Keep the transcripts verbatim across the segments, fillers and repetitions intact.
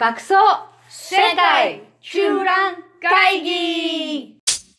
爆走世界中覧会議。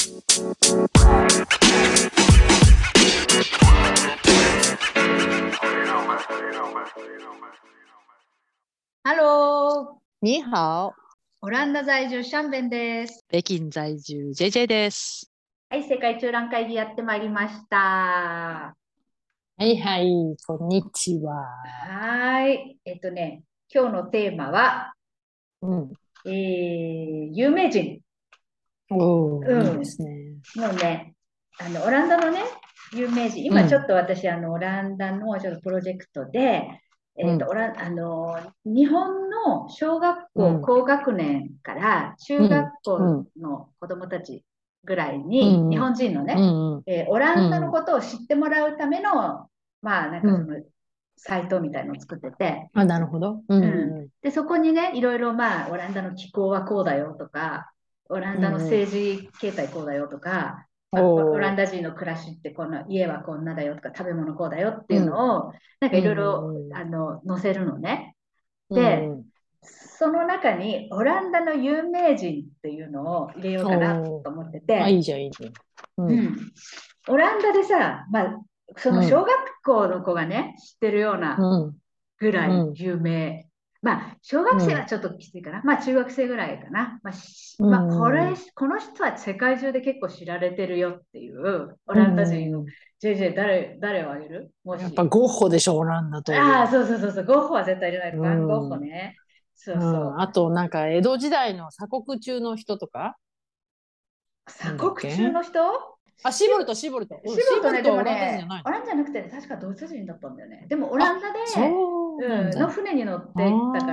ハロー。 你好。 オランダ在住シャンベンです。 北京在住 ジェイジェイ です。 はい、世界中覧会議やってまいりました。 はいはい、こんにちは。 はい。えっとね、今日のテーマは、 うん。 えー、有名人。 おー、 うん。 いいですね。 もうね、あの、オランダのね、有名人、今ちょっと私、あの、オランダのちょっとプロジェクトで、えっと、オラン、あの、日本の小学校高学年から中学校の子供たちぐらいに、日本人のね、えーオランダのことを知ってもらうための、まあ、なんかその、サイトみたいのを作ってて、 あ、なるほど。 うん。で、そこにね、いろいろ、まあ、オランダの気候はこうだよとか、オランダの政治形態こうだよとか、まあ、オランダ人の暮らしってこの家はこんなだよとか、食べ物こうだよっていうのを、なんかいろいろあの載せるのね。で、その中にオランダの有名人っていうのを入れようかなと思ってて。 あ、いいじゃん、いいじゃん。 うん。オランダでさ、まあ、その小学校の子がね、知ってるようなぐらい有名。まあ、小学生はちょっときついかな。まあ、中学生ぐらいかな。まあ、まあ、これ、この人は世界中で結構知られてるよっていうオランダ人の ジェイジェイ 誰、誰をあげる？もし。 やっぱゴッホでしょ、オランダと。 ああ、そうそうそうそう、ゴッホは絶対入れない。ファン・ゴッホね。そうそう。 あと、なんか、江戸時代の鎖国中の人とか鎖国中の人？ あ、シボルト、シボルト。 シボルトね、でもね、オランダじゃなくて、確かドイツ人だったんだよね。でもオランダで、うん、の船に乗って行ったから、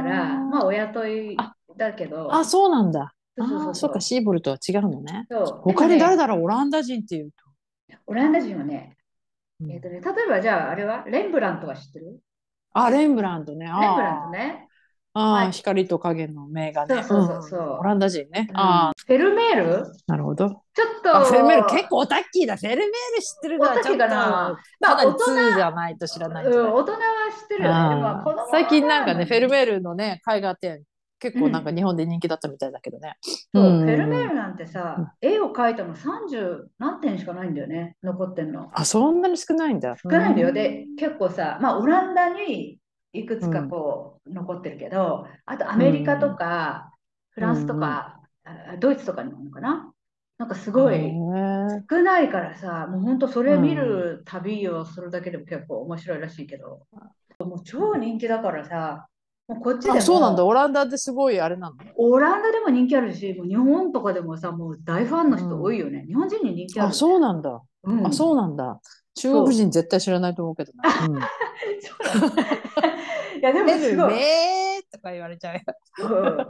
まあ、お雇いだけど。 あ、そうなんだ。 そうそうそう。 そうか、シーボルトは違うのね。 そう。 他に誰だろう、オランダ人っていうと。 オランダ人はね、えっとね、例えばじゃあ、あれはレンブラントは知ってる？ あ、レンブラントね。 レンブラントね。 ああ、光と影の名画ね。 そうそうそう。 オランダ人ね。 ああ。フェルメール？ なるほど。 ちょっと。 あ、フェルメール結構オタッキーだ。フェルメール知ってるから、ちょっとかな。 まあ、大人じゃないと知らないんじゃない？ うん、大人は知ってるよね。でも子供は最近なんかね、フェルメールのね、絵画展、結構なんか日本で人気だったみたいだけどね。 そう、フェルメールなんてさ、絵を描いたのさんじゅう何点しかないんだよね、残ってんの。 あ、そんなに少ないんだ。 少ないんだよ。で、結構さ、まあ、オランダにいくつかこう残ってるけど、あとアメリカとか、フランスとか、ドイツとかにもあるのかな。なんかすごい少ないからさ、もう本当それ見る旅をするだけでも結構面白いらしいけど、もう超人気だからさ、もうこっちでも。 あ、そうなんだ。オランダですごいあれなの？ オランダでも人気あるし、もう日本とかでもさ、もう大ファンの人多いよね。日本人に人気ある、ね。 あ、そうなんだ。 うん、 あ、そうなんだ。中国人絶対知らないと思うけどな。うん、 そうなんだ。いや、でもすごい。 フェルメーとか言われちゃう。 うん、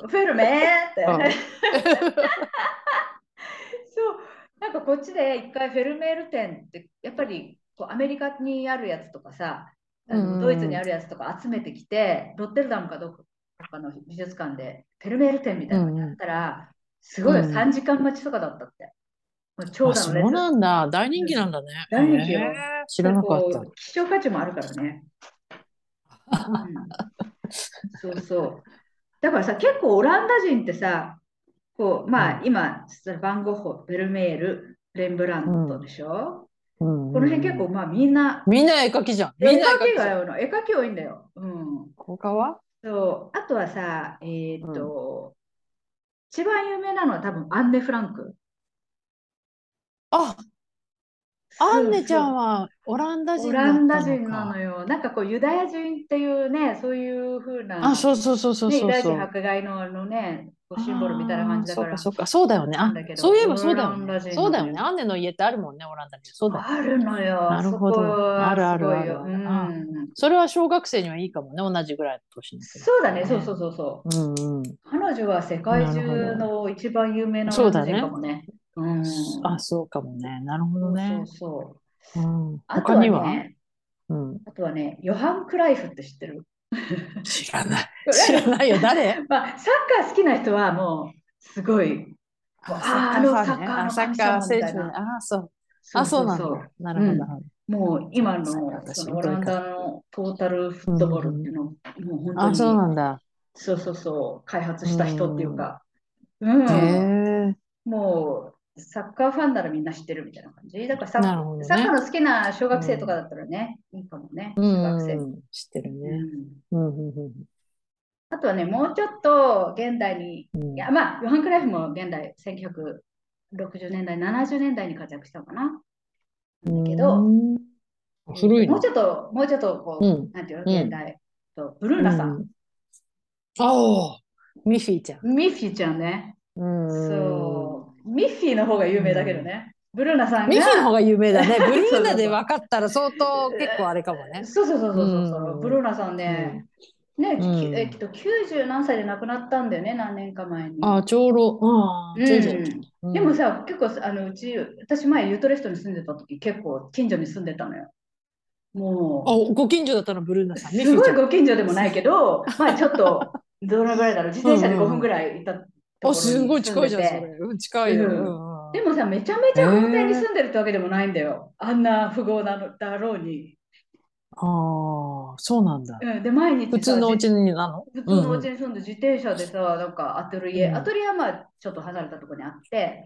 フェルメーって。そう、なんかこっちで一回フェルメール展って、やっぱりこうアメリカにあるやつとかさ、あのドイツにあるやつとか集めてきて、ロッテルダムかどこかの美術館でフェルメール展みたいなのやったら、すごいさんじかん待ちとかだったって。もう長蛇の列。 そうなんだ。大人気なんだね。 大人気よ。 知らなかった。 希少価値もあるからね。うん、そうそう。だからさ、結構オランダ人ってさ、こうまあ、うん、今、バンゴッホ、ベルメール、レンブラントでしょ、うん、この辺結構まあみんな。 みんな絵描きじゃん。 みんな絵描きがよ、絵描き多いんだよ。うん。 他は？ そう。あとはさ、えっ、ー、と、うん、一番有名なのは多分アンネ・フランク。 あ、アンネちゃんはオランダ人だったのか。 オランダ人なのよ。なんかこうユダヤ人っていうね、そういうふうな、 あ、そうそうそうそうそう、 ね、ユダヤ人迫害のあのね、シンボルみたいな感じだから。 そうかそうか、そうだよね。あ、そういえばそうだよね。そうだよね。 アンネの家ってあるもんね、オランダに。そうだよ、ね。 あるのよ。 なるほど。あるあるある。 うん、 それは小学生にはいいかもね、同じぐらいの年に。 そうだね、そうそうそうそう。うんうん、彼女は世界中の一番有名なオランダ人かもね。 うん、あ、そうかもね。なるほどね。 そうそうそう。うん、 あとはね、うん、あとはね、ヨハン・クライフって知ってる？ 知らない。知らないよ、誰？ まあ、サッカー好きな人はもう、すごい、ああ、あのサッカーの神様みたいな。 あ、そう。 あ、そうそうそう。 なるほど。 もう今のそのオランダのトータルフットボールっていうの、もう本当に。 あ、そうなんだ。 そうそうそう、開発うした人っていうん。 か、うん、 へえ、 もうサッカーファンならみんな知ってるみたいな感じ。だからサなるほッ、 どね。 サッカーの好きな小学生とかうん。 だったらね、いいかもね、中学生。 うん、知ってるね。 うん、 うん、うん、うん。 あとはね、もうちょっと現代に、いや、 うん。 まあ、ヨハン・クライフも現代、せんきゅうひゃくろくじゅうねんだい、ななじゅうねんだいに活躍したのかな。なうんだけど、 ん。 えーと、 古いの。 もうちょっと、もうちょっと、こうん、 う、なんていうの、 うん、 現代と、ブルーナさうん。ああ、ミッフィーちゃん。 ん、ミッフィーちゃんね。 うん。 そう、ミッフィーの方が有名だけどうん。 ね。ブルーナさんミッフィーの方が、 が有名だね。ブルーそうそうそう。 ナで分かったら相当結構あれかもね。 そうそうそううそうそうそう。ブん。うん。 ルーナさんね、ね、きえっと、きゅうじゅう何歳で亡くなったんだよね、何年か前に。 あ、長老。ああ、 う長女。 ん。 うん。 でもさ、結構あのうち、私前ユートレストに住んでた時、結構近所に住んでたのよ。 あ、 もご近所だったの、ブルーナう、 さん。ミッフィーちゃん。 すごいご近所でもないけど、まあちょっと、どのぐらいだろう、自う転車で5分ぐんうんうん。 らい行ったとあ、 ころすごいに住ん近いじゃん、それ。 でて、 うん、近いよ。ううん。 んうん。 でもさ、めちゃめちへゃ豪邸に住え。 んでるってわけでもないんだよ。あんな富豪なのだろうに。 ああ、そうなんだ。 うん、で、毎日さ、 普通のお家じになの？ 普通のお家うんうん。 に住んで自転車でさ、なんかアトリエ、アうん。 トリエはまあちょっと離れたところにあって、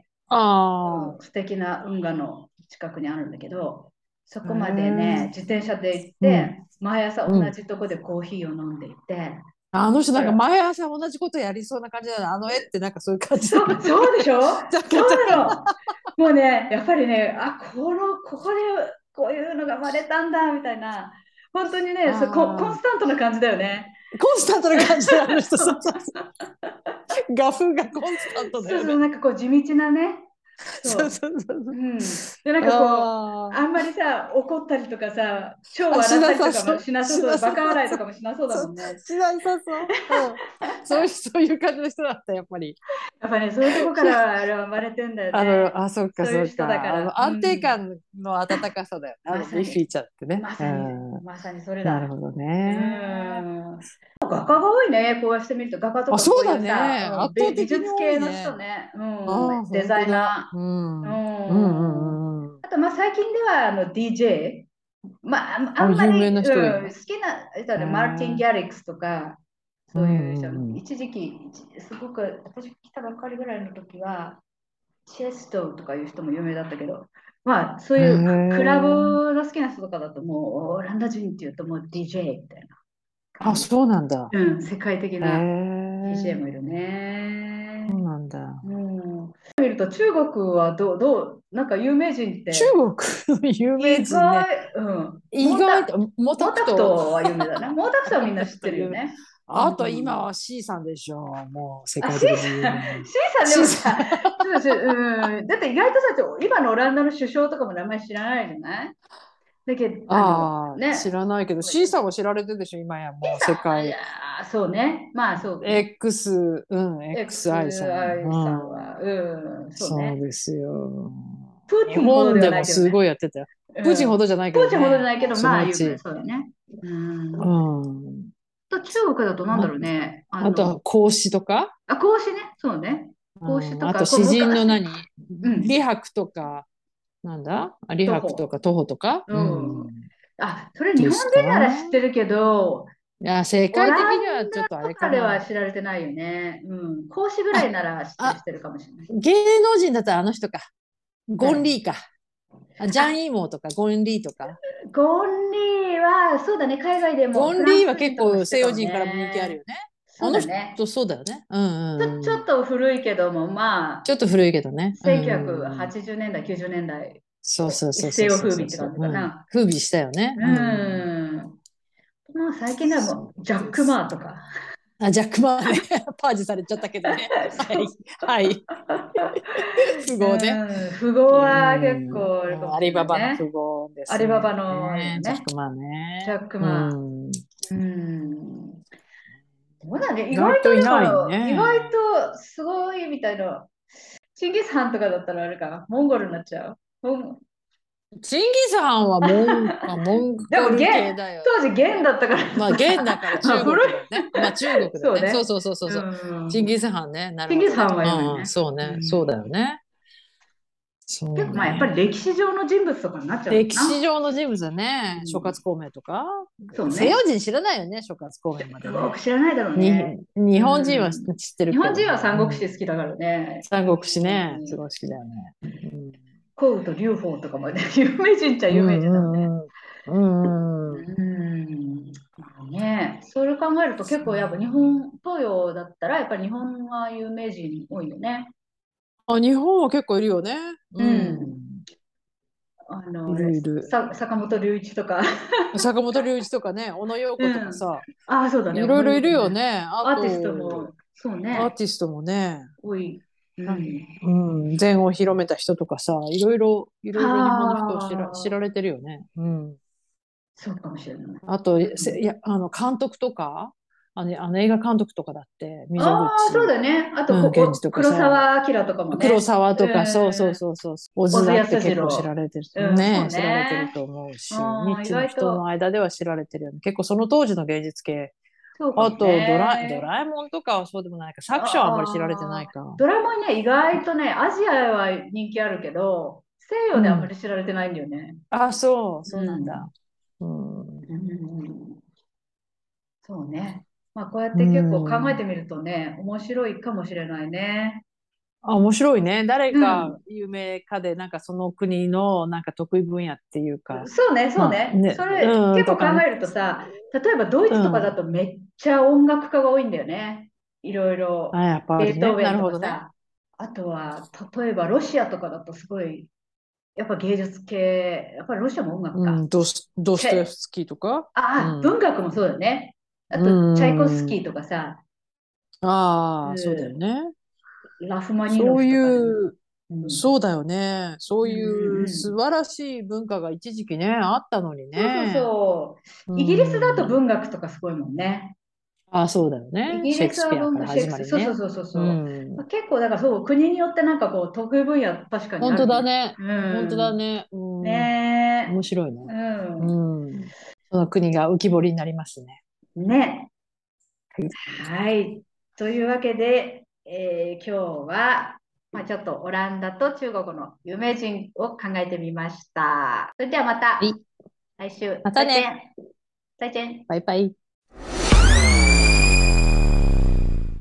あうん、素敵な運河の近くにあるんだけど、そあ、へこまでね、 え。 自転車で行っうん。 て、毎朝うん。 同じとこでコーヒーを飲んでいて、 あの人なんかだから毎朝同じことやりそうな感じだよね。あの絵ってなんかそういう感じだそう、 よね。 そうでしょ？ じゃかじゃか。 そうなの。もうね、やっぱりね、あ、この、ここでこういうのが生まれたんだ、みたいな、本当にね、そうコ、コンああ、 スタントな感じだよね。 コンスタントな感じだよ、あの人。そうそうそう。画風がコンスタントだそうそう、 よね。 なんかこう地道なね、 そうそう。 そうそうそう。 うん。で、なんかこう、 ああ、 あんまりさ、怒ったりとかさ、超あ、し笑ったなりとかもさそう。 しなさそう、 しなさバカ笑いそう。 とかもしなそうだそう、 もんね。 しなさそう。うん。そういう、そういう感じの人だった、やっぱり。 やっぱね、そういうとこからあれは生まれてんだよあの、 ね。 あ、そっかそういうそっか。あ人だから。 の、 う安定ん。 感の温かさだよね。あの、 まさに、 ミッフィーちゃんってね。 まさに、 うん。 まさにそれだ。 なるほどうね。 ん。画家が多いね、こうしてみると。画家とあ、 かそういそうだうさ、 ね。 うん、 圧倒美美的に多術系の人いね。 ね。うん。 ああ、 デザ本当だ。 イナうん。 ー。 うんううん。 んうんうん。 あと、まあ、最近ではあの ディージェー。まあ、ああ、 あんまり、 有名な人がいるうん、 の？ 好きな人はへね、マーティン・ギえ。 ャリックスとか、 うそういう人、 んうんうん。 一時期、一すごく、私来たばっかりぐらいの時は、チェストとかいう人も有名だったけど、まあ、そうへいうククラえ。 ブの好きな人とかだと、もう、オランダ人っていうと、もう ディージェー みたいなあ、 感じ。 そうなんだ。 うん、世界的へな ディージェーえ。 もいるね。 そうなんだ。 うん。見ると、中国はどう、どう、なんか有名人っ中て、 国の有名意人ね。 外、うん。毛沢、 意外と、毛毛沢沢東。 東は有名だね。毛沢東はみんな知ってるよという。 ね。うあと今ん。 は C さんでしょう。もう世あ、 界 C 的に有さん、 名な。 C さんで C もさ、 さん。 そうそう、うん。だって意外とさ、今のオランダの首相とかも名前知らないじゃない？だけど、あの、 ああ、知ね、 らないけど、C さんは知られてるでしょ、今や C もう世さんは、い界。 やー、そうね。まあ、そうね。 X、うん、エックスアイ さん。 エックスアイ さんうん。 は、うん、そうね。 そうですよ。日プーチンほどでは本でもすないけどね。 ごいやってたよ。 うプーチンほん。 どじゃないプーチンほどじゃけどね。 ないけど、 もうそまあ、有名、 のうち。 そうだね。ううん。 ん。 と中国だとなんだあ、 ろうね。ああとはの、 孔子とか、 あ、孔子ね。そうね。孔子うん、 とか、こうあと詩人の昔、 何うん、 李白とか、なんだ李徒歩。 白とか徒歩とか、 ううん。 ん。 あ、それ日本ですか？ 人なら知ってるけど、 いや、世オラ界的にはンちょっとあダとかではれかな。 知られてないよね。うん。孔子ぐらいあ、 なら知ってるあ、 人いるかもしれない。 芸能人だったらあの人か。ゴンリ誰？ ーか。あ、ジャン・あ、 イーモーとか、ゴンリーとか。 ゴンリーは、そうだね。海外でも、フランゴンリーはス人とかも知結構西ってるかも洋人からも人気あるね。 よね。 そうあのだね。 人、そうだよね。うんちょ、 うんうん。 ちょっと古いけども、まあ、 ちょっと古いけどね。うんうんうん。 せんきゅうひゃくはちじゅうねんだい、きゅうじゅうねんだい、 そうそう一そうそう世をそうそうそう。 風靡って感じかうん。 な。 風靡したよね。 ううんうんうん。 ん。まあ、最近ではもう、 そうジャック・ですよ。 マーとか。 あ、ジャック・マーね。パージされちゃったけどね。はい。 そう。 はい。富豪ね。 うん、富豪うは結ん。 構あるかもしれなアリバいね。 バの富豪でアリババすね。 のあれだね。 ジャック・マーね。 ジャック・うマー。 ん。 うん。そうだね。意意外外とといないでも、意外ね。 とすごいみたいな。チンギス・ハンとかだったらあれかな。モンゴルになっちゃう。モンチンギス・ハンはモン、まあ、モンでも、 ゴル系元、 だよ。 当時元だったからまあ、元だからさ、 中国古い。 だよね。まあ、中国だよね。そうそうね。 そうそうそううそう。チンん。 ギス・ハンね。なるほどね。 チンギス・ハンはうんうん、 やばいね。 そうね。そううん。 だよね。 そう結構まあやっぱりね。 歴史上の人物とかになっちゃうのか歴史な。 上の人物だね。諸うん、 葛孔明とか。西洋そうね。 人知らないよね、諸葛孔明までね。 よく知らないだろうね。 に、日う本人は知ん。 ってる日本人はけどね。 三国志うん。 好きだからね。 三国志ね、すうん。 ごい好きだよね。 項羽と劉邦とかもね、有名人っちゃうん。 有名人だよね。 うんうんうん。うん。 うん。まあね、それ考えると結構やっぱ日そう本、東洋だったらやっぱり日本は有名人多いよね。 あ、日本は結構いるよね。 ううん。 ん。 あの、 いるいる。 さ、坂本龍一とか。 坂本龍一とかね、小野洋子とかうん。 さ、 ああ、そうだね。小いろいろいる野友子ね。 よね。あアーティストと、 も、そうアーね。 ティストもね、 多い。うなんん。 うん、禅を広めた人とかさ、いろいろ、いろいろ日本の人を知ら、知はあ、 られてるよね。うん。 そうかもしれない。 あと、せうん。 いや、あの、監督とか、あの、あの映画監督とかだって、溝ああ、そう口、 だね。あと、こ、 うん、健二お、黒とかさ、 澤明とかも黒ね。 沢とか、そうそううん。 そうそう、小津小津安だって結構知ら二郎。 れてる。 うん、そうね、知られてるね。 と思うし、 うん、意ニッチな外と、 人の間では知られてるよね。結構その当時の芸術系。 そうかもあと、ドラ、ドね。 ラえもんとかはそうでもないか。作者はあまり知られてなああ、 いか。 ドラえもんね、意外とね、アジアは人気あるけど、西洋であんまうん。 り知られてないんだよね。 あ、そう、 うん。 そうなんだ。うん。 うん、そうね。まあ、こうやっうて結構考えん。 てみるとね、面白いかもしれないね。 あ、面白いね。誰がうん。 有名かで、なんかその国のなんか得意分野っていうか、 そうね、そうまあね。そね、 れうん、とかね。 結構考えるとさ、例えばドイツとかだうん。 とめっちゃ音楽家が多いんだよね。いろいあ、 ろ。 やっぱりね。 ベートーベンなるほどね。 とかさ。あとは、例えばロシアとかだとすごい、やっぱ芸術系、やっぱりロシアも音楽か。 うん、ドス、ドストエフチェ、 スキーとか。うああ、 ん。 文学もそうだね。あうと、チャイコスん。 キーとかさ、うああ、そうだよん、 ね。 ラフマニノそういフとかね。 う、 うん。 そうだよね。そううんういうんうん。 素晴らしい文化が一時期ね、あったのにそうそうね。 そう。 うイギリスだとん。 文学とかすごいもんね。 あ、そうだよね。 イギリシェイクスは文学、 スピアからシェイクス、そうそう始まりね。 そうそううそう。 ん。 結構だからそう、国によってなんかこう、得意分野確かに本当あるね。 だね。 う本当だん。 ね。うん。面ね白いね。 え。うん。 うん。その国が浮き彫りになりますね。 ね。はい。というわけで、えー今日は、まあ、ちょっとオランダと中国の有名人を考えてみました。それではまたはい。 来週、 またね。 再见。再见。 バイバイ。